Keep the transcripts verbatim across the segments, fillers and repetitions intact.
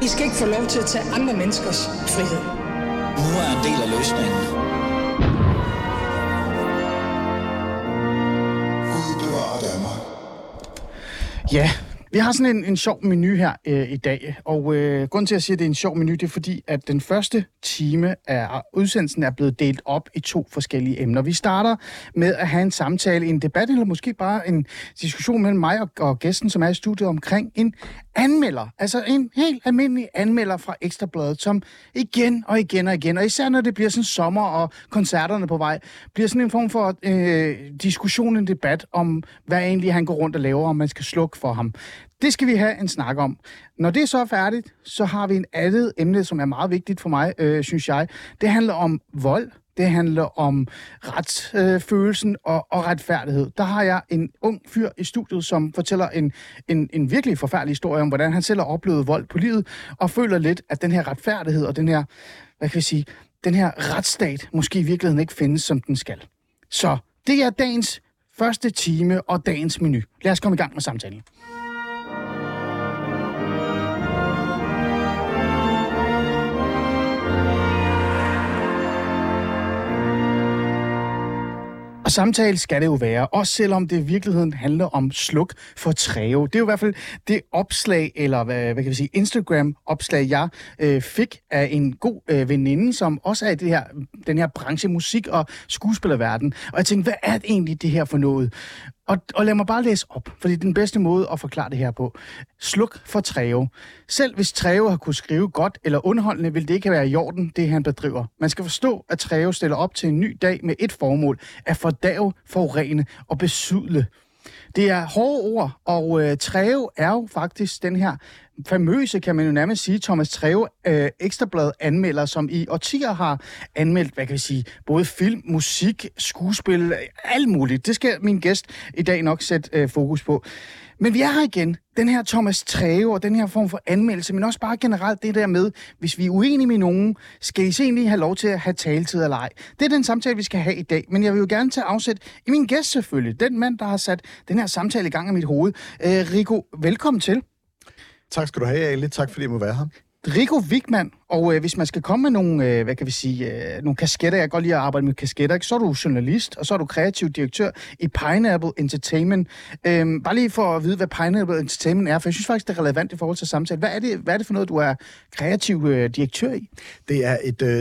I skal ikke få lov til at tage andre menneskers frihed. Nu er en del af løsningen. Gud bevarer Danmark. Ja, vi har sådan en, en sjov menu her øh, i dag, og øh, grunden til at sige, at det er en sjov menu, det er fordi, at den første time af udsendelsen er blevet delt op i to forskellige emner. Vi starter med at have en samtale, en debat, eller måske bare en diskussion mellem mig og, og gæsten, som er i studiet, omkring en anmelder. Altså en helt almindelig anmelder fra Ekstra Bladet, som igen og igen og igen, og især når det bliver sådan sommer og koncerterne på vej, bliver sådan en form for øh, diskussion, en debat om, hvad egentlig han går rundt og laver, om man skal slukke for ham. Det skal vi have en snak om. Når det så er færdigt, så har vi en andet emne, som er meget vigtigt for mig, øh, synes jeg. Det handler om vold. Det handler om retsfølelsen øh, og, og retfærdighed. Der har jeg en ung fyr i studiet, som fortæller en, en, en virkelig forfærdelig historie om, hvordan han selv har oplevet vold på livet, og føler lidt, at den her retfærdighed og den her, hvad kan vi sige, den her retsstat måske i virkeligheden ikke findes, som den skal. Så det er dagens første time og dagens menu. Lad os komme i gang med samtalen. Og samtale skal det jo være, også selvom det i virkeligheden handler om sluk for Treo. Det er jo i hvert fald det opslag, eller hvad, hvad kan vi sige, Instagram-opslag, jeg øh, fik af en god øh, veninde, som også er i det her, den her branche, musik- og skuespillerverden. Og jeg tænkte, hvad er det egentlig det her for noget? Og, og lad mig bare læse op, fordi det er den bedste måde at forklare det her på. Sluk for Treo. Selv hvis Treo har kunne skrive godt eller underholdende, vil det ikke være i orden, det han bedriver. Man skal forstå, at Treo stiller op til en ny dag med et formål: at fordærve, forurene og besudle. Det er hårde ord, og øh, Treo er jo faktisk den her famøse, kan man jo nærmest sige, Thomas Treve, øh, Ekstra Bladet anmelder, som i årtier har anmeldt, hvad kan vi sige, både film, musik, skuespil, alt muligt. Det skal min gæst i dag nok sætte øh, fokus på. Men vi er her igen. Den her Thomas Treve og den her form for anmeldelse, men også bare generelt det der med, hvis vi er uenige med nogen, skal I så egentlig have lov til at have taletid eller ej. Det er den samtale, vi skal have i dag. Men jeg vil jo gerne tage afsæt i min gæst selvfølgelig. Den mand, der har sat den her samtale i gang af mit hoved. Øh, Rico, velkommen til. Tak skal du have, Ali. Tak fordi jeg må være her. Rico Wigman, og øh, hvis man skal komme med nogle, øh, hvad kan vi sige, øh, nogle kasketter, jeg kan godt lide at arbejde med kasketter, ikke? Så er du journalist, og så er du kreativ direktør i Pineapple Entertainment. Øhm, bare lige for at vide, hvad Pineapple Entertainment er, for jeg synes faktisk, det er relevant i forhold til samtale. Hvad er det, hvad er det for noget, du er kreativ øh, direktør i? Det er et øh,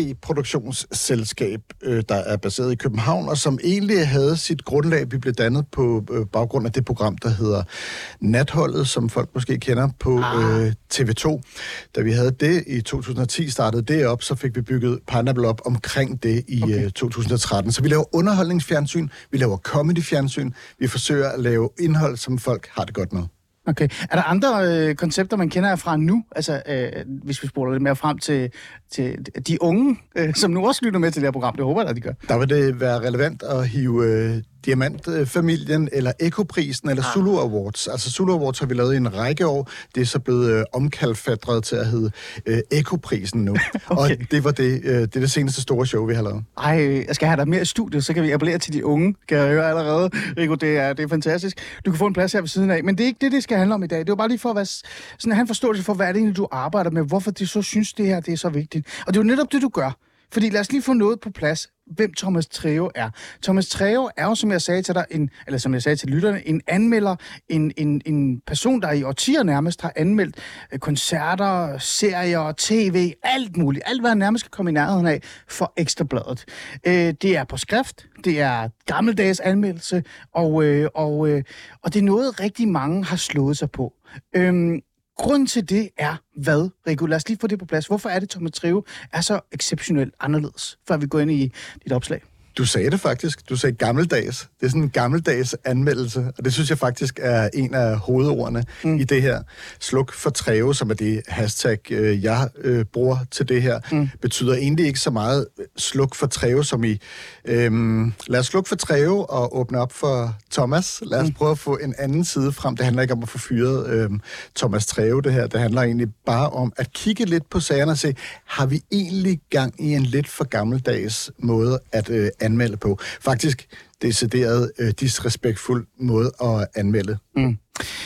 tv-produktionsselskab, øh, der er baseret i København, og som egentlig havde sit grundlag, vi blev dannet på øh, baggrund af det program, der hedder Natholdet, som folk måske kender på øh, T V to. Da vi havde det i to tusind og ti, startede det op, så fik vi bygget Pineapple op omkring det i okay. uh, to tusind og tretten. Så vi laver underholdningsfjernsyn, vi laver comedy-fjernsyn, vi forsøger at lave indhold, som folk har det godt med. Okay. Er der andre øh, koncepter, man kender fra nu? Altså, øh, hvis vi spoler lidt mere frem til, til de unge, øh, som nu også lytter med til det her program. Det håber jeg, at de gør. Der vil det være relevant at hive øh, Diamantfamilien, eller Ekoprisen, eller ah. Zulu Awards. Altså Zulu Awards har vi lavet i en række år. Det er så blevet øh, omkalfatret til at hedde øh, Ekoprisen nu. Okay. Og det var det, øh, det, er det seneste store show, vi har lavet. Ej, jeg skal have dig mere i studiet, så kan vi appellere til de unge. Kan jeg høre allerede, Rico, det er, det er fantastisk. Du kan få en plads her ved siden af. Men det er ikke det, det skal handle om i dag. Det var bare lige for at være, sådan, at have en forståelse for, hvad er det egentlig, du arbejder med. Hvorfor de så synes, det her det er så vigtigt. Og det er jo netop det, du gør. Fordi lad os lige få noget på plads, hvem Thomas Treve er. Thomas Treve er jo, som jeg sagde til dig, en, eller som jeg sagde til lytterne, en anmelder, en, en, en person, der i årtier nærmest har anmeldt koncerter, serier, tv, alt muligt. Alt, hvad han nærmest kan komme i nærheden af for Ekstra Bladet. Øh, det er på skrift, det er gammeldags anmeldelse, og, øh, og, øh, og det er noget, rigtig mange har slået sig på. Øh, Grunden til det er hvad, Rico? Lad os lige få det på plads. Hvorfor er det, Thomas Treve er så exceptionelt anderledes, før vi går ind i dit opslag? Du sagde det faktisk. Du sagde gammeldags. Det er sådan en gammeldags anmeldelse, og det synes jeg faktisk er en af hovedordene mm. i det her. Sluk for Treve, som er det hashtag, jeg øh, bruger til det her, mm. betyder egentlig ikke så meget sluk for Treve, som i øhm, lad os slukke for Treve og åbne op for Thomas. Lad os mm. prøve at få en anden side frem. Det handler ikke om at få fyret øhm, Thomas Treve, det her. Det handler egentlig bare om at kigge lidt på sagerne og se, har vi egentlig gang i en lidt for gammeldags måde at øh, anmelde på. Faktisk decideret øh, disrespektfuld måde at anmelde. Mm.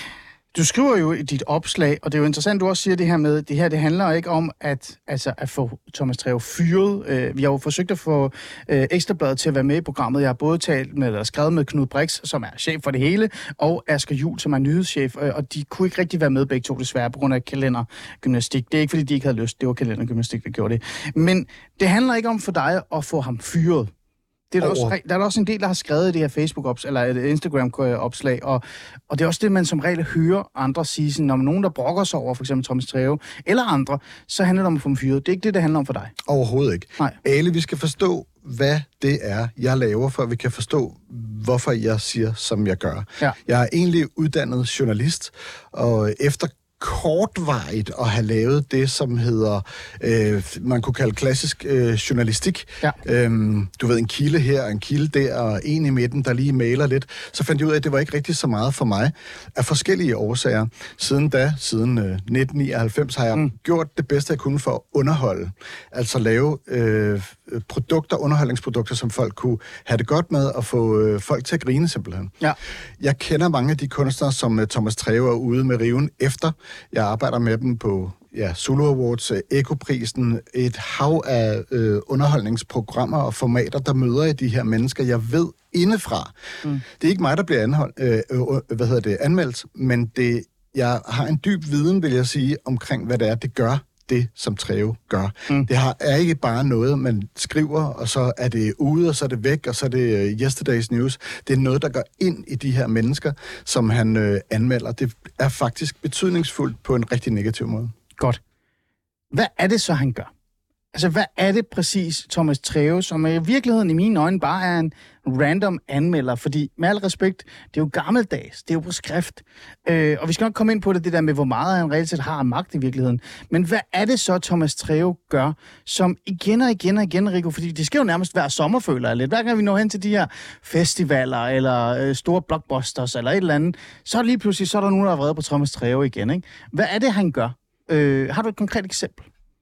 Du skriver jo i dit opslag, og det er jo interessant, du også siger det her med, det her det handler ikke om at, altså, at få Thomas Treve fyret. Øh, vi har jo forsøgt at få øh, Ekstrabladet til at være med i programmet. Jeg har både talt med, eller skrevet med Knud Brix, som er chef for det hele, og Asger Juhl, som er nyhedschef, øh, og de kunne ikke rigtig være med begge to, desværre, på grund af kalendergymnastik. Det er ikke, fordi de ikke havde lyst, det var kalendergymnastik, der gjorde det. Men det handler ikke om for dig at få ham fyret. Det er der, også, der er der også en del, der har skrevet i det her Facebook-opslag, eller et Instagram-opslag, og, og det er også det, man som regel hører andre sige, sådan, når man nogen, der brokker sig over, for eksempel Thomas Treve, eller andre, så handler det om at få dem fyret. Det er ikke det, det handler om for dig. Overhovedet ikke. Nej. Ale, vi skal forstå, hvad det er, jeg laver, for vi kan forstå, hvorfor jeg siger, som jeg gør. Ja. Jeg er egentlig uddannet journalist, og efter kortvarigt at have lavet det, som hedder, øh, man kunne kalde klassisk øh, journalistik. Ja. Øhm, du ved, en kilde her, en kilde der, og en i midten, der lige maler lidt. Så fandt jeg ud af, at det var ikke rigtig så meget for mig, af forskellige årsager. Siden da, siden øh, nitten nioghalvfems, har jeg mm. gjort det bedste, jeg kunne for at underholde. Altså lave øh, produkter, underholdningsprodukter, som folk kunne have det godt med, og få øh, folk til at grine simpelthen. Ja. Jeg kender mange af de kunstnere, som uh, Thomas Treve er ude med riven efter. Jeg arbejder med dem på ja, Zulu Awards, Ekoprisen, et hav af øh, underholdningsprogrammer og formater, der møder jeg de her mennesker, jeg ved indefra. Mm. Det er ikke mig, der bliver anhold, øh, øh, hvad hedder det, anmeldt, men det, jeg har en dyb viden, vil jeg sige, omkring, hvad det er, det gør, det, som Treve gør. Mm. Det har, er ikke bare noget, man skriver, og så er det ude, og så er det væk, og så er det uh, yesterday's news. Det er noget, der går ind i de her mennesker, som han øh, anmelder. Det er faktisk betydningsfuldt på en rigtig negativ måde. Godt. Hvad er det så, han gør? Altså, hvad er det præcis, Thomas Treve, som i virkeligheden i mine øjne bare er en random anmelder? Fordi, med al respekt, det er jo gammeldags, det er jo på skrift. Øh, og vi skal nok komme ind på det, det der med, hvor meget han reelt set har af magt i virkeligheden. Men hvad er det så, Thomas Treve gør, som igen og igen og igen, Rico, fordi det skal jo nærmest være sommerføler lidt. Hver gang vi når hen til de her festivaler, eller øh, store blockbusters, eller et eller andet, så er lige pludselig, så er der nogen, der er vrede på Thomas Treve igen, ikke? Hvad er det, han gør? Øh, har du et konkret eksempel?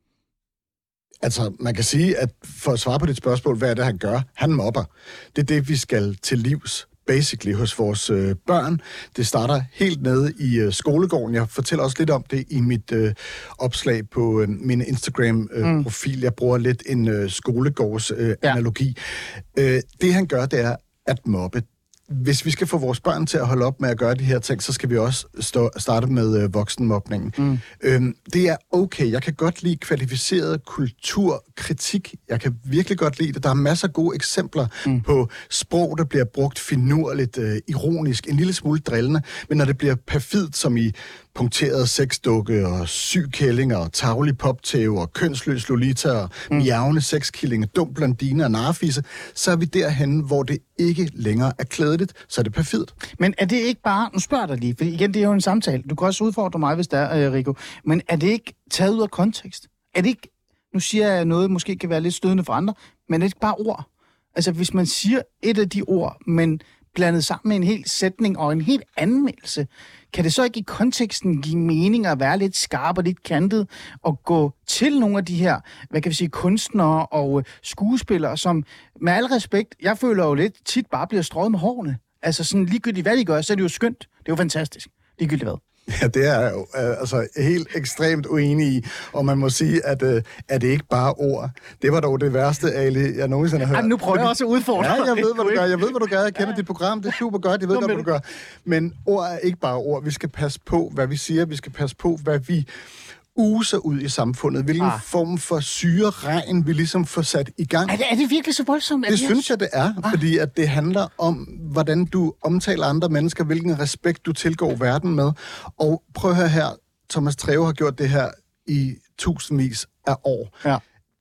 Altså, man kan sige, at for at svare på dit spørgsmål, hvad er det, han gør? Han mobber. Det er det, vi skal til livs, basically, hos vores øh, børn. Det starter helt nede i øh, skolegården. Jeg fortæller også lidt om det i mit øh, opslag på øh, min Instagram-profil. Øh, mm. Jeg bruger lidt en øh, skolegårds-analogi. Øh, ja. øh, det, han gør, det er at mobbe. Hvis vi skal få vores børn til at holde op med at gøre de her ting, så skal vi også stå, starte med øh, voksenmobningen. Mm. Øhm, det er okay. Jeg kan godt lide kvalificeret kulturkritik. Jeg kan virkelig godt lide det. Der er masser af gode eksempler mm. på sprog, der bliver brugt finurligt, øh, ironisk, en lille smule drillende. Men når det bliver perfidt, som i punkteret sexdukke og syg kællinger og tavlig poptæve og kønsløs Lolita og mm. miavende sexkillinge, dum blondine og narfisse, så er vi derhen, hvor det ikke længere er klædeligt, så er det perfidt. Men er det ikke bare, nu spørger jeg dig lige, for igen, det er jo en samtale, du kan også udfordre mig, hvis der er, Rico, men er det ikke taget ud af kontekst? Er det ikke, nu siger jeg noget, måske kan være lidt stødende for andre, men er det ikke bare ord? Altså, hvis man siger et af de ord, men blandet sammen med en hel sætning og en helt anmeldelse, kan det så ikke i konteksten give mening at være lidt skarp og lidt kantet og gå til nogle af de her, hvad kan vi sige, kunstnere og skuespillere, som med al respekt, jeg føler jo lidt tit bare bliver strøget med hårene. Altså sådan ligegyldigt hvad de gør, så er det jo skønt. Det er jo fantastisk. Ligegyldigt hvad. Ja, det er jeg jo øh, altså helt ekstremt uenig i, og man må sige, at øh, er det ikke bare ord. Det var dog det værste, Ali, jeg nogensinde har hørt. Jamen, nu prøver jeg også at udfordre. Ja, jeg ved, hvad du gør. Jeg ved, hvad du gør. Jeg kender ja. dit program. Det er super godt. Jeg ved godt, hvad du gør. Men ord er ikke bare ord. Vi skal passe på, hvad vi siger. Vi skal passe på, hvad vi user ud i samfundet. Hvilken ah. form for syreregn vi ligesom får sat i gang. Er det, er det virkelig så voldsomt? Det, det synes jeg, det er. Ah. Fordi at det handler om, hvordan du omtaler andre mennesker, hvilken respekt du tilgår verden med. Og prøv at høre her. Thomas Treve har gjort det her i tusindvis af år. Ja.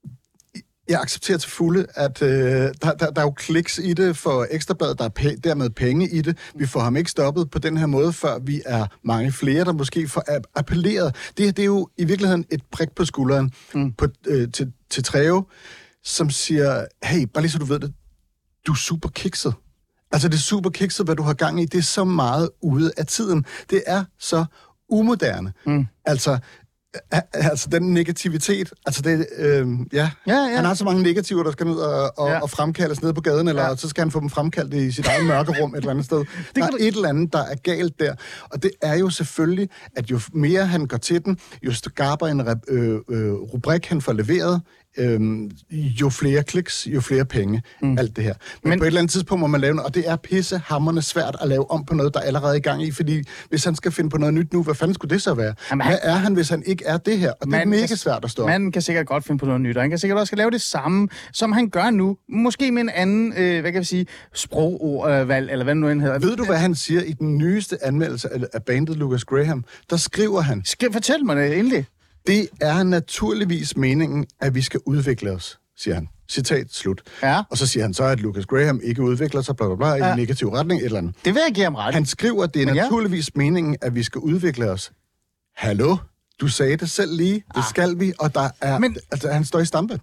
Jeg accepterer til fulde, at øh, der, der, der er jo kliks i det for Ekstrabladet, der er pæ- dermed penge i det. Vi får ham ikke stoppet på den her måde, før vi er mange flere, der måske får appelleret. Det her, det er jo i virkeligheden et prik på skulderen mm. på, øh, til, til Treve, som siger, hey, bare lige så du ved det, du er super kikset. Altså det er super kikset, hvad du har gang i. Det er så meget ude af tiden. Det er så umoderne. Mm. Altså, altså den negativitet, altså det, øh, ja, Ja, ja. han har så mange negativer, der skal ned og, og, Ja. ja. og fremkaldes nede på gaden, eller Ja. så skal han få dem fremkaldt i sit eget mørkerum et eller andet sted. Der er du- et eller andet, der er galt der, og det er jo selvfølgelig, at jo mere han går til den, jo skarpere en rep- øh, øh, rubrik han får leveret, Øhm, jo flere kliks, jo flere penge, mm. alt det her. Men, Men på et eller andet tidspunkt må man lave noget, og det er pissehamrende svært at lave om på noget, der er allerede i gang i, fordi hvis han skal finde på noget nyt nu, hvad fanden skulle det så være? Jamen, han- Hvad er han, hvis han ikke er det her? Og det er mega kan, svært at stå op. Manden kan sikkert godt finde på noget nyt, og han kan sikkert også lave det samme, som han gør nu. Måske med en anden, øh, hvad kan vi sige, sprogvalg, eller hvad nu end hedder. Ved du, hvad han siger i den nyeste anmeldelse af, af bandet Lucas Graham? Der skriver han, Skal fortælle mig det endelig. det er naturligvis meningen, at vi skal udvikle os, siger han. Citat slut. Ja. Og så siger han så, at Lucas Graham ikke udvikler sig, bla bla bla, Ja. i en negativ retning, et eller andet. Det vil jeg give ham ret. Han skriver, at det er Men ja. naturligvis meningen, at vi skal udvikle os. Hallo? Du sagde det selv lige. Det Ah. skal vi, og der er... Men- Men... Altså, han står i stampe.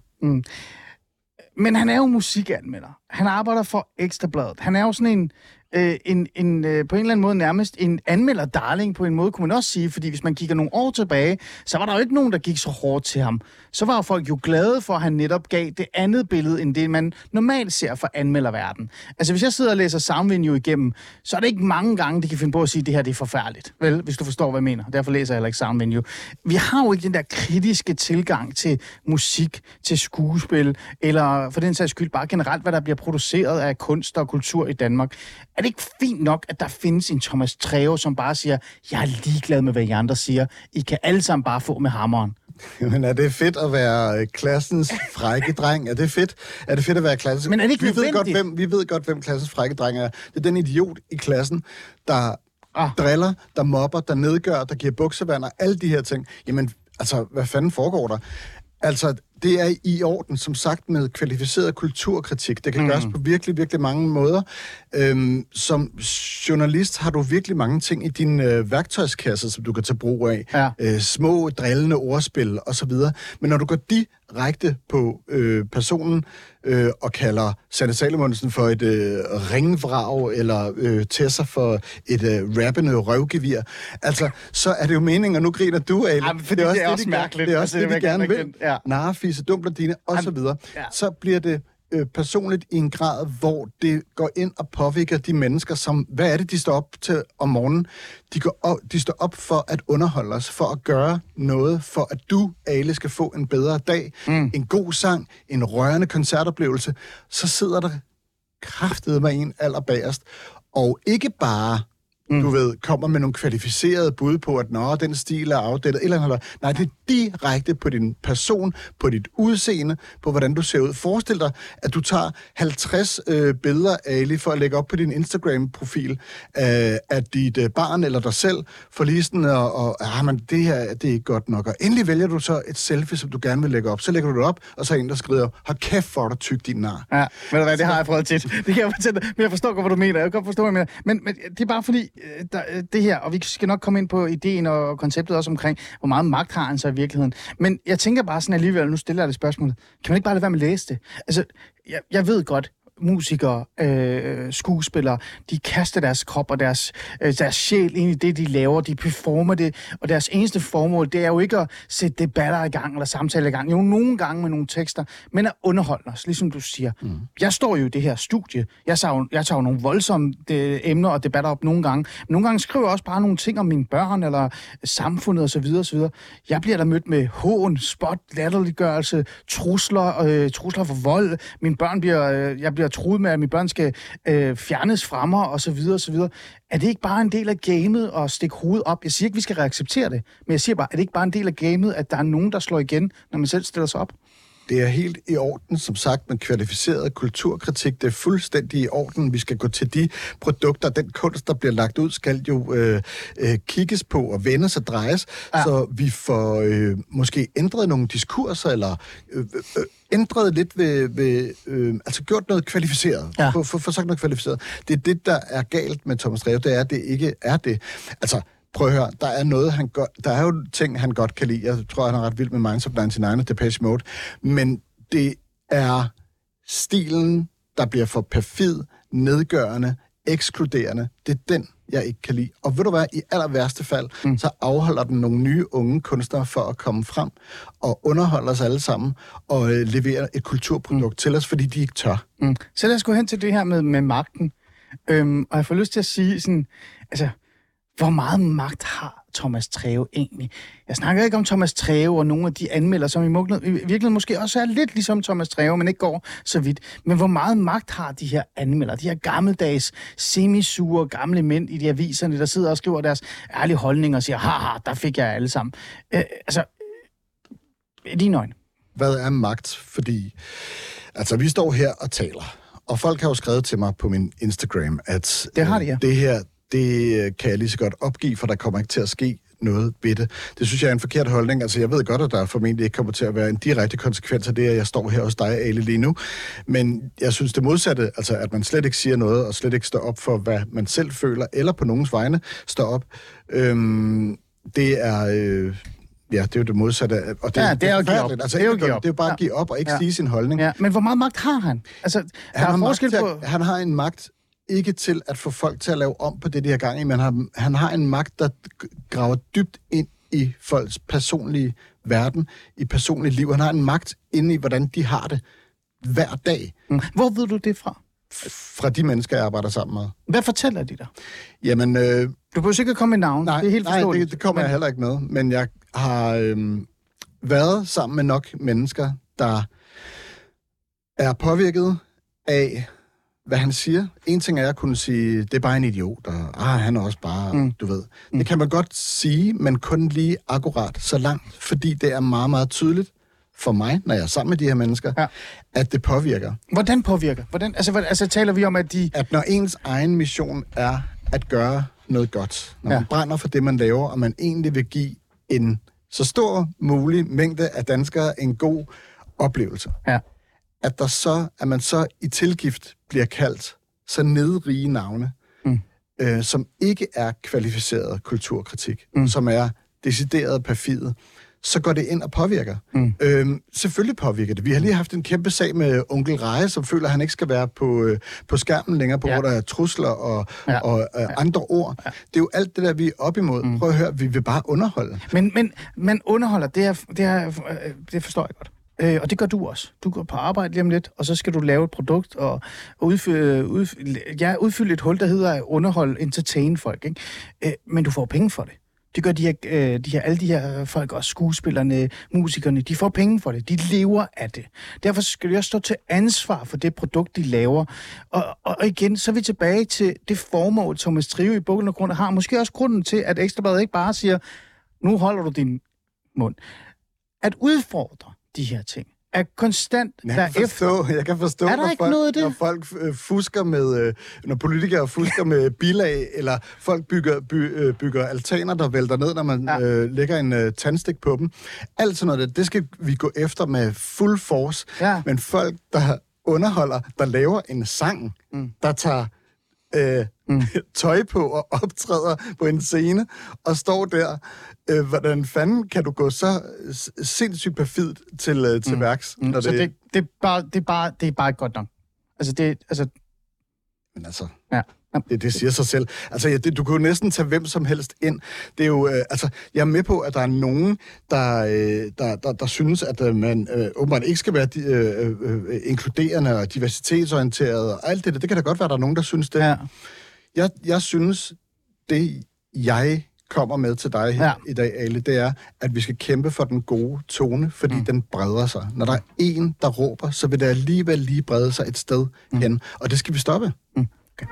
Men han er jo musikanmelder. Han arbejder for Ekstrabladet. Han er jo sådan en, øh, en, en øh, på en eller anden måde nærmest en anmelder-darling på en måde, kunne man også sige. Fordi hvis man kigger nogle år tilbage, så var der jo ikke nogen, der gik så hårdt til ham. Så var jo folk jo glade for, at han netop gav det andet billede, end det man normalt ser fra anmelderverden. Altså hvis jeg sidder og læser Soundvenue igennem, så er det ikke mange gange, de kan finde på at sige, at det her det er forfærdeligt. Vel, hvis du forstår, hvad jeg mener. Derfor læser jeg heller ikke Soundvenue. Vi har jo ikke den der kritiske tilgang til musik, til skuespil, eller for den sags skyld bare generelt, hvad der bliver produceret af kunst og kultur i Danmark. Er det ikke fint nok, at der findes en Thomas Treve, som bare siger, jeg er ligeglad med, hvad I andre siger. I kan alle sammen bare få med hammeren. Men er det fedt at være øh, klassens frække dreng? Er det fedt? Er det fedt at være klassens... Men er det ikke vi ved, godt, nødvendigt? hvem, vi ved godt, hvem klassens frække dreng er. Det er den idiot i klassen, der Ah. driller, der mobber, der nedgør, der giver buksevand og alle de her ting. Jamen, altså, hvad fanden foregår der? Altså, det er i orden, som sagt, med kvalificeret kulturkritik. Det kan mm. gøres på virkelig, virkelig mange måder. Øhm, som journalist har du virkelig mange ting i din øh, værktøjskasse, som du kan tage brug af. Ja. Øh, små, drillende ordspil osv. Men når du går direkte på øh, personen øh, og kalder Sanne Salomonsen for et øh, ringvrag, eller øh, Tessa for et øh, rappende røvgevir, altså, så er det jo meningen, og nu griner du af Ej, men fordi det er også de mærkeligt. Gerne, det er også Altså, det, det de vil jeg gerne gerne vil. erkende. Ja. Narfise, dumpladine og så videre. ja. Så bliver det øh, personligt i en grad, hvor det går ind og påvirker de mennesker, som, hvad er det, de står op til om morgenen? De, går op, de står op for at underholde os, for at gøre noget, for at du, Ale, skal få en bedre dag, mm. en god sang, en rørende koncertoplevelse. Så sidder der kraftedeme en allerbagerst, og ikke bare Mm. du ved, kommer med nogle kvalificerede bud på, at nå, den stil er afdættet, eller andet. Nej, det er direkte på din person, på dit udseende, på hvordan du ser ud. Forestil dig, at du tager halvtreds øh, billeder, Ali, for at lægge op på din Instagram-profil øh, af dit øh, barn eller dig selv, for lige sådan, og, og ah, men det her, det er ikke godt nok. Og endelig vælger du så et selfie, som du gerne vil lægge op. Så lægger du det op, og så er en, der skriver, hold kæft for dig, tyk din nar. Ja, ved du hvad, det har jeg prøvet tit. Det kan jeg fortælle dig. Men jeg forstår godt, hvad du mener. Jeg kan godt forstå, hvad du mener. Men, men det er bare fordi, øh, der, øh, det her, og vi skal nok komme ind på ideen og konceptet også omkring, hvor meget magt har han så i virkeligheden. Men jeg tænker bare sådan alligevel, nu stiller jeg det spørgsmål. Kan man ikke bare lade være med at læse det? Altså, jeg, jeg ved godt, musikere, øh, skuespillere, de kaster deres krop og deres, øh, deres sjæl ind i det, de laver. De performer det, og deres eneste formål, det er jo ikke at sætte debatter i gang eller samtaler i gang. Jo, nogle gange med nogle tekster, men at underholde os, ligesom du siger. Mm. Jeg står jo i det her studie. Jeg tager jo, jeg tager jo nogle voldsomme de, emner og debatter op nogle gange. Men nogle gange skriver jeg også bare nogle ting om mine børn eller samfundet osv. osv. Jeg bliver der mødt med hån, spot, latterliggørelse, trusler, øh, trusler for vold. Mine børn bliver, øh, jeg bliver truet med, at mine børn skal øh, fjernes fra mig, og så videre, og så videre. Er det ikke bare en del af gamet at stikke hovedet op? Jeg siger ikke, vi skal reacceptere det, men jeg siger bare, er det ikke bare en del af gamet, at der er nogen, der slår igen, når man selv stiller sig op? Det er helt i orden, som sagt, med kvalificeret kulturkritik. Det er fuldstændig i orden. Vi skal gå til de produkter. Den kunst, der bliver lagt ud, skal jo øh, øh, kigges på og vendes og drejes, ja. Så vi får øh, måske ændret nogle diskurser, eller øh, øh, ændret lidt ved, ved øh, altså gjort noget kvalificeret. Ja. For, for, for sagt noget kvalificeret. Det er det, der er galt med Thomas Treve, det er, at det ikke er det. Altså, prøv at høre, der er noget, han godt, der er jo ting, han godt kan lide. Jeg tror, han er ret vild med Minds of nioghalvfems og Depeche Mode. Men det er stilen, der bliver for perfid, nedgørende, ekskluderende. Det er den, jeg ikke kan lide. Og ved du hvad, i aller værste fald, mm. så afholder den nogle nye unge kunstnere for at komme frem og underholde os alle sammen og øh, levere et kulturprodukt mm. til os, fordi de ikke tør. Mm. Så lad os gå hen til det her med, med magten. Øhm, og jeg får lyst til at sige sådan, altså, hvor meget magt har Thomas Treve egentlig? Jeg snakker ikke om Thomas Treve og nogle af de anmeldere, som i virkeligheden måske også er lidt ligesom Thomas Treve, men ikke går så vidt. Men hvor meget magt har de her anmeldere? De her gammeldags, semisure gamle mænd i de aviserne, der sidder og skriver deres ærlige holdninger og siger, haha, der fik jeg alle sammen. Øh, altså, i dine øjne. Hvad er magt? Fordi, altså, vi står her og taler. Og folk har jo skrevet til mig på min Instagram, at det, har de, ja. det her, det kan jeg lige så godt opgive, for der kommer ikke til at ske noget ved det. Det synes jeg er en forkert holdning. Altså, jeg ved godt, at der formentlig ikke kommer til at være en direkte konsekvens af det, at jeg står her hos dig, Ali, lige nu. Men jeg synes det modsatte, altså at man slet ikke siger noget, og slet ikke står op for, hvad man selv føler, eller på nogens vegne står op. Øhm, det er... Øh, Ja, det er jo det modsatte. Og det, ja, det er jo at altså, det, er jo det er jo bare at give op og ikke ja. sige sin holdning. Ja. Men hvor meget magt har han? Altså, der han, er har forskel på... at, han har en magt ikke til at få folk til at lave om på det, de har gang i, men han, han har en magt, der graver dybt ind i folks personlige verden, i personlige liv. Han har en magt inde i, hvordan de har det hver dag. Mm. Hvor ved du det fra? Fra de mennesker, jeg arbejder sammen med. Hvad fortæller de dig? Jamen... Øh, du behøver sikkert komme med navn. Nej, det er helt nej det, det kommer men... jeg heller ikke med. Men jeg har øh, været sammen med nok mennesker, der er påvirket af, hvad han siger. En ting er at kunne sige, det er bare en idiot, og ah, han er også bare, mm. du ved. Mm. Det kan man godt sige, men kun lige akkurat så langt, fordi det er meget, meget tydeligt for mig, når jeg er sammen med de her mennesker, ja. At det påvirker. Hvordan påvirker? Hvordan, altså, hvad, altså taler vi om, at de... At når ens egen mission er at gøre noget godt, når ja. Man brænder for det, man laver, og man egentlig vil give en så stor mulig mængde af danskere en god oplevelse, ja. At, der så, at man så i tilgift bliver kaldt så nedrige navne, mm. øh, som ikke er kvalificeret kulturkritik, mm. som er decideret perfide, så går det ind og påvirker. Mm. Øhm, selvfølgelig påvirker det. Vi har lige haft en kæmpe sag med onkel Reje, som føler, at han ikke skal være på, øh, på skærmen længere, på ja. Hvor der er trusler og, ja. og øh, ja. Andre ord. Ja. Det er jo alt det der, vi er op imod. Mm. Prøv at høre, vi vil bare underholde. Men, men man underholder, det, er, det, er, det forstår jeg godt. Øh, og det gør du også. Du går på arbejde lige om lidt, og så skal du lave et produkt og, og udfylde, udfylde, ja, udfylde et hul, der hedder underhold, entertain folk. Ikke? Øh, men du får penge for det. Det gør de her, øh, de her, alle de her folk, også skuespillerne, musikerne, de får penge for det. De lever af det. Derfor skal de også stå til ansvar for det produkt, de laver. Og, og igen, så er vi tilbage til det formål, Thomas Treve i bund og grund har. Måske også grunden til, at Ekstra Bladet ikke bare siger, nu holder du din mund. At udfordre de her ting. Er konstant jeg kan forstå, efter. Jeg kan forstå, er når, folk, når folk fusker med, når politikere fusker med bilag, eller folk bygger, by, bygger altaner, der vælter ned, når man ja. øh, lægger en øh, tandstik på dem. Alt sådan noget, det skal vi gå efter med fuld force. Ja. Men folk, der underholder, der laver en sang, mm. der tager øh, mm. tøj på og optræder på en scene, og står der. Øh, hvordan fanden kan du gå så sindssygt perfidt til, øh, til mm. værks? Mm. Så det, det, det, er bare, det, er bare, det er bare ikke godt nok. Altså, det... Altså... Men altså... Ja. Det, det siger sig selv. Altså, ja, det, du kan jo næsten tage hvem som helst ind. Det er jo, øh, altså, jeg er med på, at der er nogen, der, øh, der, der, der synes, at øh, man øh, åbenbart ikke skal være øh, øh, inkluderende og diversitetsorienteret og alt det der. Det kan da godt være, at der er nogen, der synes det. Ja. Jeg, jeg synes, det jeg kommer med til dig her ja. I dag, Ali, det er, at vi skal kæmpe for den gode tone, fordi mm. den breder sig. Når der er en, der råber, så vil det alligevel lige brede sig et sted mm. hen, og det skal vi stoppe. Mm. Okay.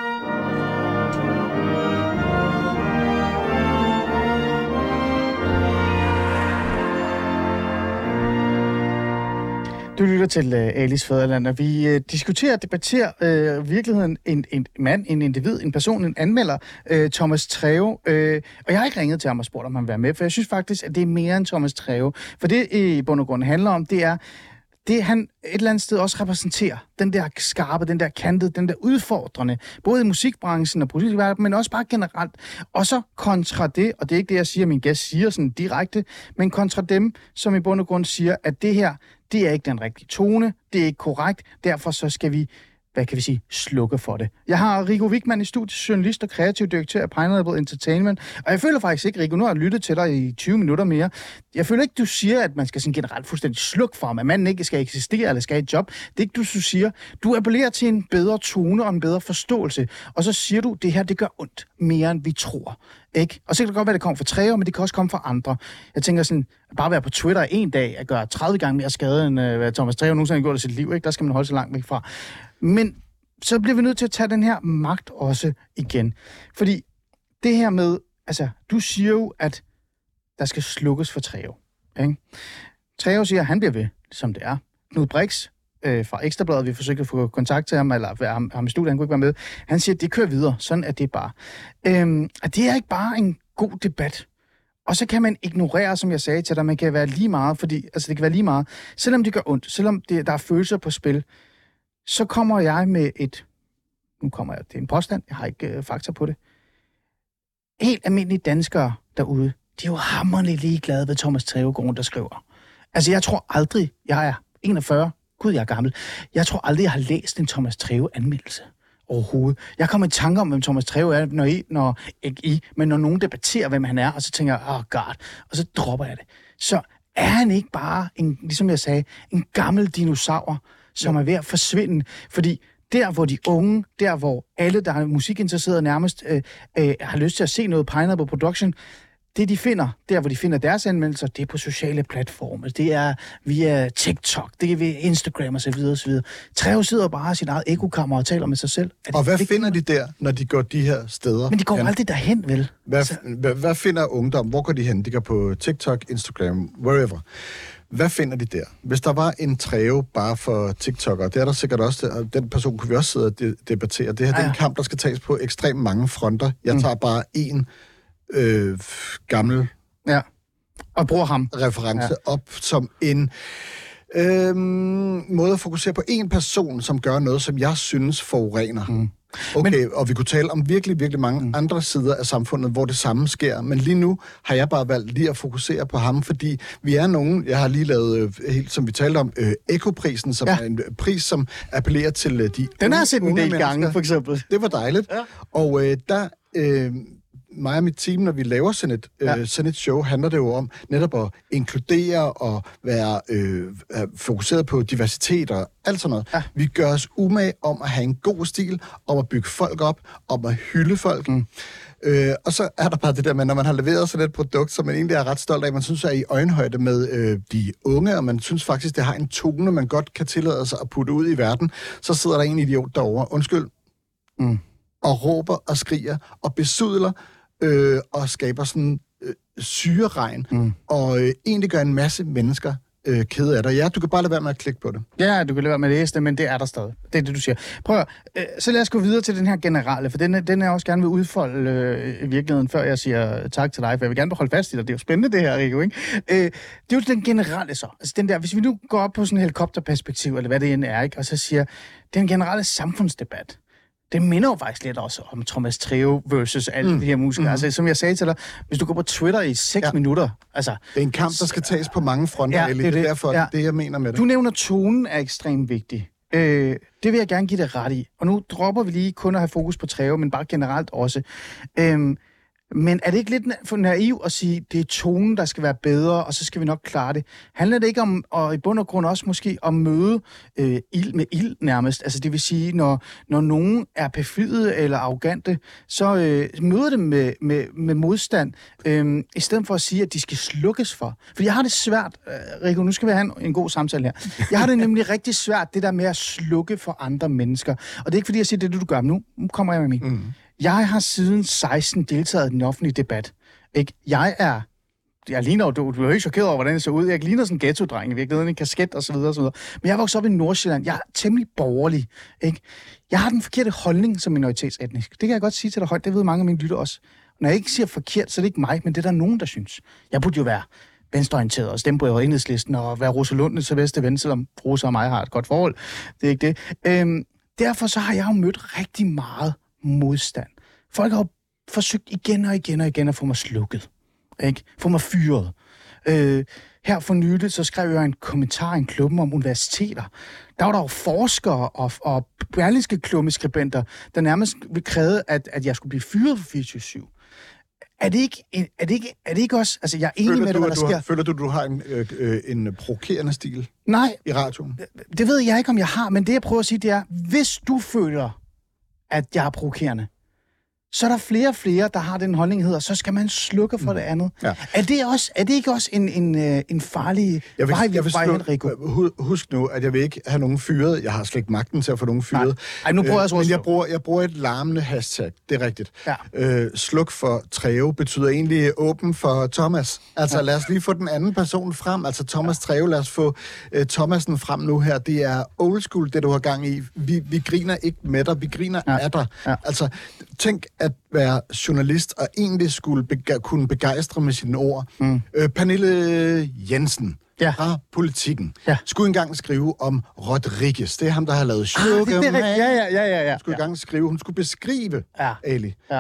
Du lytter til uh, Alis Fædreland, og vi uh, diskuterer og debatterer uh, virkeligheden en, en mand, en individ, en person, en anmelder, uh, Thomas Treve. Uh, og jeg har ikke ringet til ham og spurgt, om han vil være med, for jeg synes faktisk, at det er mere end Thomas Treve. For det i bund og grund handler om, det er, det han et eller andet sted også repræsenterer. Den der skarpe, den der kantede, den der udfordrende, både i musikbranchen og politikverdenen, men også bare generelt. Og så kontra det, og det er ikke det, jeg siger, min gæst siger sådan direkte, men kontra dem, som i bund og grund siger, at det her, det er ikke den rigtige tone, det er ikke korrekt, derfor så skal vi hvad kan vi sige, slukke for det. Jeg har Rico Wigman i studiet, journalist og kreativ direktør af Pineapple Entertainment, og jeg føler faktisk ikke, Rico, nu har jeg lyttet til dig i tyve minutter mere, jeg føler ikke, du siger, at man skal sådan generelt fuldstændig slukke for, at manden ikke skal eksistere eller skal have et job. Det er ikke, du siger. Du appellerer til en bedre tone og en bedre forståelse, og så siger du, det her, det gør ondt mere, end vi tror. Ikke? Og så kan det godt være, det kommer fra Treo, men det kan også komme fra andre. Jeg tænker sådan, bare være på Twitter en dag, at gøre tredive gange mere skade, end uh, Thomas Treo nogensinde har gjort i sit liv. Ikke? Der skal man holde sig langt væk fra. Men så bliver vi nødt til at tage den her magt også igen. Fordi det her med, altså, du siger jo, at der skal slukkes for Treo. Ikke? Treo siger, at han bliver ved, som det er. Knud Brix øh, fra Ekstrabladet, vi forsøgte at få kontakt til ham, eller ham, ham i studiet, han kunne ikke være med. Han siger, at det kører videre. Sådan er det bare. Øhm, og det er ikke bare en god debat. Og så kan man ignorere, som jeg sagde til dig, man kan være lige meget, fordi, altså det kan være lige meget, selvom det gør ondt, selvom det, der er følelser på spil, så kommer jeg med et, nu kommer jeg, det er en påstand, jeg har ikke øh, fakta på det, helt almindelige danskere derude, de er jo hammerende ligeglade, hvad Thomas Treo går rundt og skriver. Altså jeg tror aldrig, jeg er enogfyrre, gud jeg er gammel, jeg tror aldrig, jeg har læst en Thomas Treo-anmeldelse overhovedet. Jeg kommer i tanke om, hvem Thomas Treo er, når I, når ikke I, men når nogen debatterer, hvem han er, og så tænker jeg, oh god, og så dropper jeg det. Så er han ikke bare, en, ligesom jeg sagde, en gammel dinosaur, som er ved at forsvinde, fordi der, hvor de unge, der, hvor alle, der er musikinteresserede nærmest, øh, øh, har lyst til at se noget Pineapple Production, det, de finder, der, hvor de finder deres anmeldelser, det er på sociale platforme. Det er via TikTok, det er via Instagram osv. osv. Treo sidder bare i sit eget ekokammer og taler med sig selv. Og hvad finder de der, når de går de her steder? Men de går ja. aldrig derhen, vel? Hvad, hvad, hvad finder ungdom? Hvor går de hen? De går på TikTok, Instagram, wherever. Hvad finder de der? Hvis der var en Treo bare for TikTokere, det er der sikkert også, og den person kunne vi også sidde og de- debattere. Det her ja. Det er en kamp, der skal tages på ekstremt mange fronter. Jeg tager mm. bare en øh, gammel ja. og bruger ham reference ja. op som en øh, måde at fokusere på en person, som gør noget, som jeg synes forurener. Mm. Okay, men, og vi kunne tale om virkelig, virkelig mange mm. andre sider af samfundet, hvor det samme sker. Men lige nu har jeg bare valgt lige at fokusere på ham, fordi vi er nogen, jeg har lige lavet, helt som vi talte om, øh, Ekoprisen, som ja. er en pris, som appellerer til øh, de Den har jeg set en del gange, for eksempel. Det var dejligt. Ja. Og øh, der... Øh, mig og mit team, når vi laver sådan et, ja. øh, sådan et show, handler det jo om netop at inkludere og være øh, fokuseret på diversitet og alt sådan noget. Ja. Vi gør os umage om at have en god stil, om at bygge folk op, om at hylde folk. Mm. Øh, og så er der bare det der med, når man har leveret sådan et produkt, som man egentlig er ret stolt af, man synes er i øjenhøjde med øh, de unge, og man synes faktisk, det har en tone, man godt kan tillade sig at putte ud i verden, så sidder der en idiot derovre, undskyld, mm. og råber og skriger og besudler, Øh, og skaber sådan øh, syreregn, mm. og øh, egentlig gør en masse mennesker øh, kede af dig. Ja, du kan bare lade være med at klikke på det. Ja, du kan lade være med at læse det, men det er der stadig. Det er det, du siger. Prøv at, øh, så lad os gå videre til den her generelle, for den, den er jeg også gerne vil udfolde øh, i virkeligheden, før jeg siger tak til dig, for jeg vil gerne holde fast i dig. Det er jo spændende, det her, Rico, ikke? Øh, det er jo den generelle så. Altså den der, hvis vi nu går op på sådan en helikopterperspektiv, eller hvad det end er, ikke? Og så siger, den generelle samfundsdebat, det minder jo faktisk lidt også om Thomas Treo versus alle mm. de her musikere. Mm. Altså, som jeg sagde til dig, hvis du går på Twitter i seks ja. minutter... Altså, det er en kamp, der skal tages på mange fronter, ja, det er det. Derfor ja. det, jeg mener med det. Du nævner, tonen er ekstremt vigtig. Øh, det vil jeg gerne give dig ret i. Og nu dropper vi lige kun at have fokus på Treo, men bare generelt også. Øh, Men er det ikke lidt for naiv at sige, at det er tonen, der skal være bedre, og så skal vi nok klare det? Handler det ikke om, og i bund og grund også måske, om møde øh, ild med ild nærmest? Altså det vil sige, når, når nogen er perfide eller arrogante, så øh, møder dem med, med, med modstand, øh, i stedet for at sige, at de skal slukkes for. For jeg har det svært, øh, Rico, nu skal vi have en, en god samtale her. Jeg har det nemlig rigtig svært, det der med at slukke for andre mennesker. Og det er ikke fordi, jeg siger, det er det, du gør, men nu, nu kommer jeg med min. Mm. Jeg har siden seksten deltaget i den offentlige debat. Ikke? Jeg er... Jeg ligner du, du er jo ikke chokeret over, hvordan det ser ud. Jeg ligner sådan en ghetto-dreng i virkeligheden, en kasket og så videre og så videre. Men jeg voksede op i Nordsjælland. Jeg er temmelig borgerlig. Ikke? Jeg har den forkerte holdning som minoritetsetnisk. Det kan jeg godt sige til dig højt. Det ved mange af mine lytter også. Når jeg ikke siger forkert, så er det ikke mig, men det er der nogen, der synes. Jeg burde jo være venstreorienteret og stemme på Enhedslisten og være Rosa Lund til bedste ven, selvom Rosa og mig har et godt forhold. Det er ikke det. Øhm, derfor så har jeg jo mødt rigtig meget modstand. Folk har jo forsøgt igen og igen og igen at få mig slukket. Ikke? Få mig fyret. Øh, her for nyligt, så skrev jeg en kommentar i en klubben om universiteter. Der var der jo forskere og, og berlingske klummeskribenter, der nærmest ville kræve, at, at jeg skulle blive fyret for fireogtyve syv. Er det ikke, er det ikke, er det ikke også... Altså, jeg er enig føler med du, det, hvad der du sker. har, føler du, du har en, øh, en provokerende stil Nej, i radioen? det ved jeg ikke, om jeg har, men det, jeg prøver at sige, det er, hvis du føler, at jeg er provokerende, så er der flere og flere, der har den holdning, hedder, så skal man slukke for mm. det andet. Ja. Er, det også, er det ikke også en, en, en farlig jeg vil, vej, jeg vil vej slukke, hen, Rico? Husk nu, at jeg vil ikke have nogen fyret. Jeg har slet ikke magten til at få nogen fyret. Nej. Ej, nu prøver jeg også øh, Men jeg bruger, jeg bruger et larmende hashtag, det er rigtigt. Ja. Øh, sluk for Treve betyder egentlig åben for Thomas. Altså ja. Lad os lige få den anden person frem. Altså Thomas ja. Treve, lad os få uh, Thomasen frem nu her. Det er old school, det du har gang i. Vi, vi griner ikke med dig, vi griner ja. af dig. Ja. Altså tænk at være journalist og egentlig skulle bega- kunne begejstre med sine ord. Mm. Øh, Pernille Jensen ja. fra Politikken ja. skulle engang skrive om Rodriguez. Det er ham, der har lavet Sugar ah, det, det er Man. Ja, ja, ja, ja, ja. Hun skulle ja. engang skrive, hun skulle beskrive ja. Ali. Ja.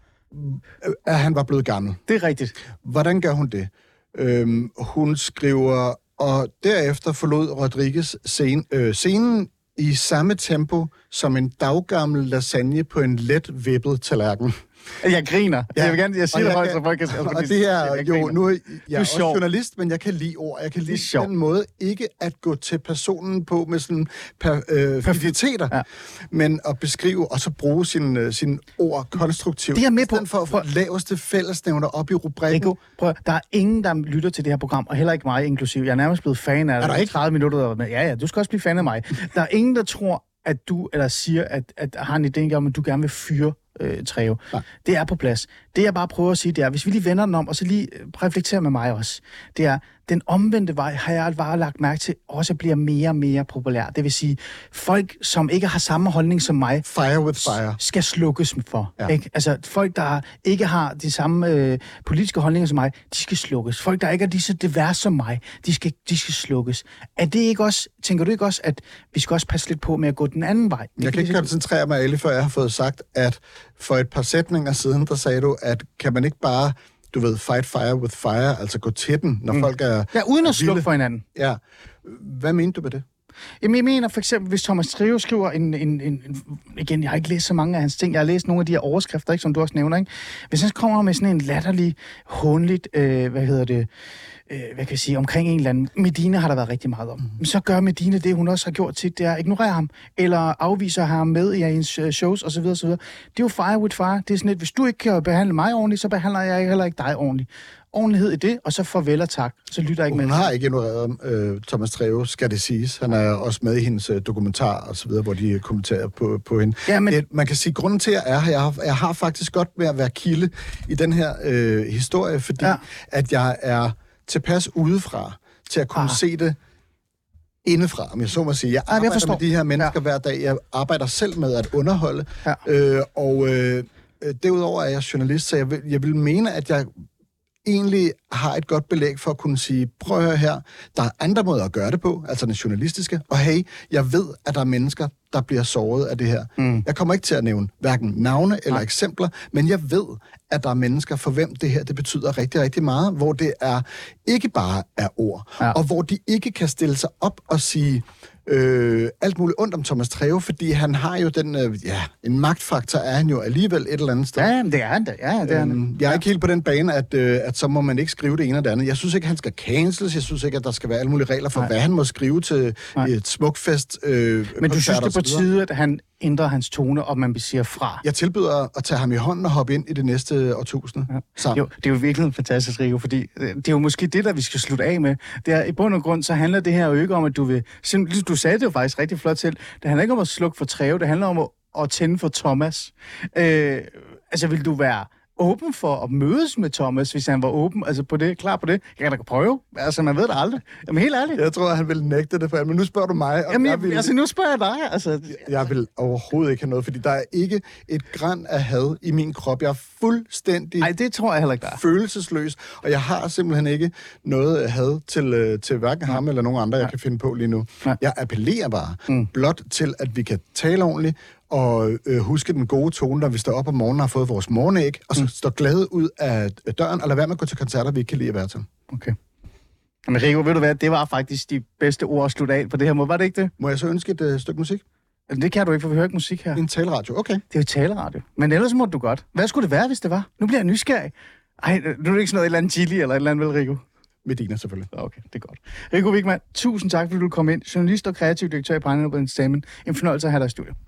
At han var blevet gammel. Det er rigtigt. Hvordan gør hun det? Øhm, hun skriver, og derefter forlod Rodriguez scene, øh, scenen i samme tempo som en daggammel lasagne på en let vippet tallerken. Jeg griner. Ja. Jeg vil gerne, jeg siger det højt, så folk kan... Og det er jeg jo, nu er jeg er også sjov. journalist, men jeg kan lide ord. Jeg kan lide den måde ikke at gå til personen på med sådan per, øh, fidiliteter, ja. men at beskrive og så bruge sine sin ord konstruktivt. Det er med på. For at få laveste fællesnævner op i rubrikken. Rico, prøv, der er ingen, der lytter til det her program, og heller ikke mig inklusiv. Jeg er nærmest blevet fan af det. Er der ikke? tredive minutter. Men ja, ja, du skal også blive fan af mig. Der er ingen, der tror, at du, eller siger, at, at har en idé om, at du gerne vil fyre øh, Treve. Ja. Det er på plads. Det, jeg bare prøver at sige, det er, hvis vi lige vender den om, og så lige reflekterer med mig også, det er, den omvendte vej har jeg bare lagt mærke til, også bliver mere og mere populær. Det vil sige, folk, som ikke har samme holdning som mig, fire with fire. skal slukkes for. Ja. Ikke? Altså, folk, der ikke har de samme øh, politiske holdninger som mig, de skal slukkes. Folk, der ikke er lige så divers som mig, de skal, de skal slukkes. Er det ikke også, tænker du ikke også, at vi skal også passe lidt på med at gå den anden vej? Jeg kan ikke koncentrere mig, Ali, før jeg har fået sagt, at for et par sætninger siden, der sagde du, at kan man ikke bare, du ved, fight fire with fire, altså gå til den, når mm. folk er... Ja, uden at slukke for hinanden. Ja. Hvad mente du med det? Jamen, jeg mener for eksempel, hvis Thomas Treve skriver en, en, en, en... Igen, jeg har ikke læst så mange af hans ting. Jeg har læst nogle af de her overskrifter, ikke, som du også nævner, ikke? Hvis han kommer med sådan en latterlig, hånligt, øh, hvad hedder det... Øh, hvad kan jeg sige, omkring en eller anden. Medina har der været rigtig meget om. Mm. Men så gør Medina det, hun også har gjort tit, det er at ignorere ham, eller afviser ham med i ens shows, osv. osv. Det er jo fire with fire. Det er sådan lidt, hvis du ikke kan behandle mig ordentligt, så behandler jeg heller ikke dig ordentligt. Ordentlighed i det, og så farvel og tak. Så lytter jeg ikke hun med. Hun har ikke ignoreret øh, Thomas Treve, skal det siges. Han er også med i hendes øh, dokumentar, og så videre, hvor de kommenterer på, på hende. Ja, men... Et, man kan sige, grunden til, at jeg er her, jeg har, jeg har faktisk godt med at være kilde i den her øh, historie, fordi ja. at jeg er tilpas udefra til at kunne ah. se det indefra, om jeg så må sige. Jeg arbejder jeg med de her mennesker ja. hver dag. Jeg arbejder selv med at underholde. Ja. Øh, og øh, derudover er jeg journalist, så jeg vil, jeg vil mene, at jeg egentlig har et godt belæg for at kunne sige, prøv at høre her, der er andre måder at gøre det på, altså den journalistiske, og hey, jeg ved, at der er mennesker, der bliver såret af det her. Mm. Jeg kommer ikke til at nævne hverken navne eller Nej. eksempler, men jeg ved, at der er mennesker, for hvem det her, det betyder rigtig, rigtig meget, hvor det er ikke bare er ord, ja. og hvor de ikke kan stille sig op og sige øh, alt muligt ondt om Thomas Treve, fordi han har jo den, øh, ja, en magtfaktor er han jo alligevel et eller andet sted. Ja, det er han da. Ja, det er han. Øhm, jeg er ikke helt på den bane, at, øh, at så må man ikke skrive det ene og det andet. Jeg synes ikke, han skal cancels. Jeg synes ikke, at der skal være alle mulige regler for, Nej. hvad han må skrive til Nej. et smukfest. Øh, Men du synes, det er på tide, at han ændrer hans tone, og man siger fra? Jeg tilbyder at tage ham i hånden og hoppe ind i det næste årtusinde. Ja. Jo, det er jo virkelig fantastisk, Rico, fordi det er jo måske det, der vi skal slutte af med. Det er, i bund og grund, så handler det her jo ikke om, at du vil... Du sagde det jo faktisk rigtig flot til. Det handler ikke om at slukke for Treve, det handler om at, at tænde for Thomas. Øh, altså, vil du være åben for at mødes med Thomas, hvis han var åben, altså på det, klar på det? Jeg kan da prøve. Altså, man ved det aldrig. Jamen, helt ærligt. Jeg tror, at han vil nægte det for ham, men nu spørger du mig. Jamen, jeg vil... altså, nu spørger jeg dig. Altså... Jeg vil overhovedet ikke have noget, fordi der er ikke et gran af had i min krop. Jeg er fuldstændig Ej, det tror jeg heller ikke, der er. følelsesløs, og jeg har simpelthen ikke noget had til, til hverken ham eller nogen andre, jeg Nej. kan finde på lige nu. Nej. Jeg appellerer bare mm. blot til, at vi kan tale ordentligt, og øh, huske den gode tone, når vi står op om morgenen og har fået vores morgenæg, og så mm. står glade ud af døren, og lade være med at gå til koncerter, vi ikke kan lide at være til. Okay. Men Rico, ved du hvad, det var faktisk de bedste ord at slutte af på det her måde, var det ikke det? Må jeg så ønske et uh, stykke musik? Det kan du ikke, for vi hører ikke musik her. En taleradio, okay. Det er jo taleradio. Men ellers må du godt. Hvad skulle det være, hvis det var? Nu bliver jeg nysgerrig. Ej, nu er det ikke sådan noget et eller andet chili eller et eller andet, vel, Rico? Medina selvfølgelig. Okay, det er godt. Rico Wichmann, tusind tak, fordi du kom ind. Journalist og kreativ direktør i Pineapple Entertainment. En fornøjelse at have dig i studiet.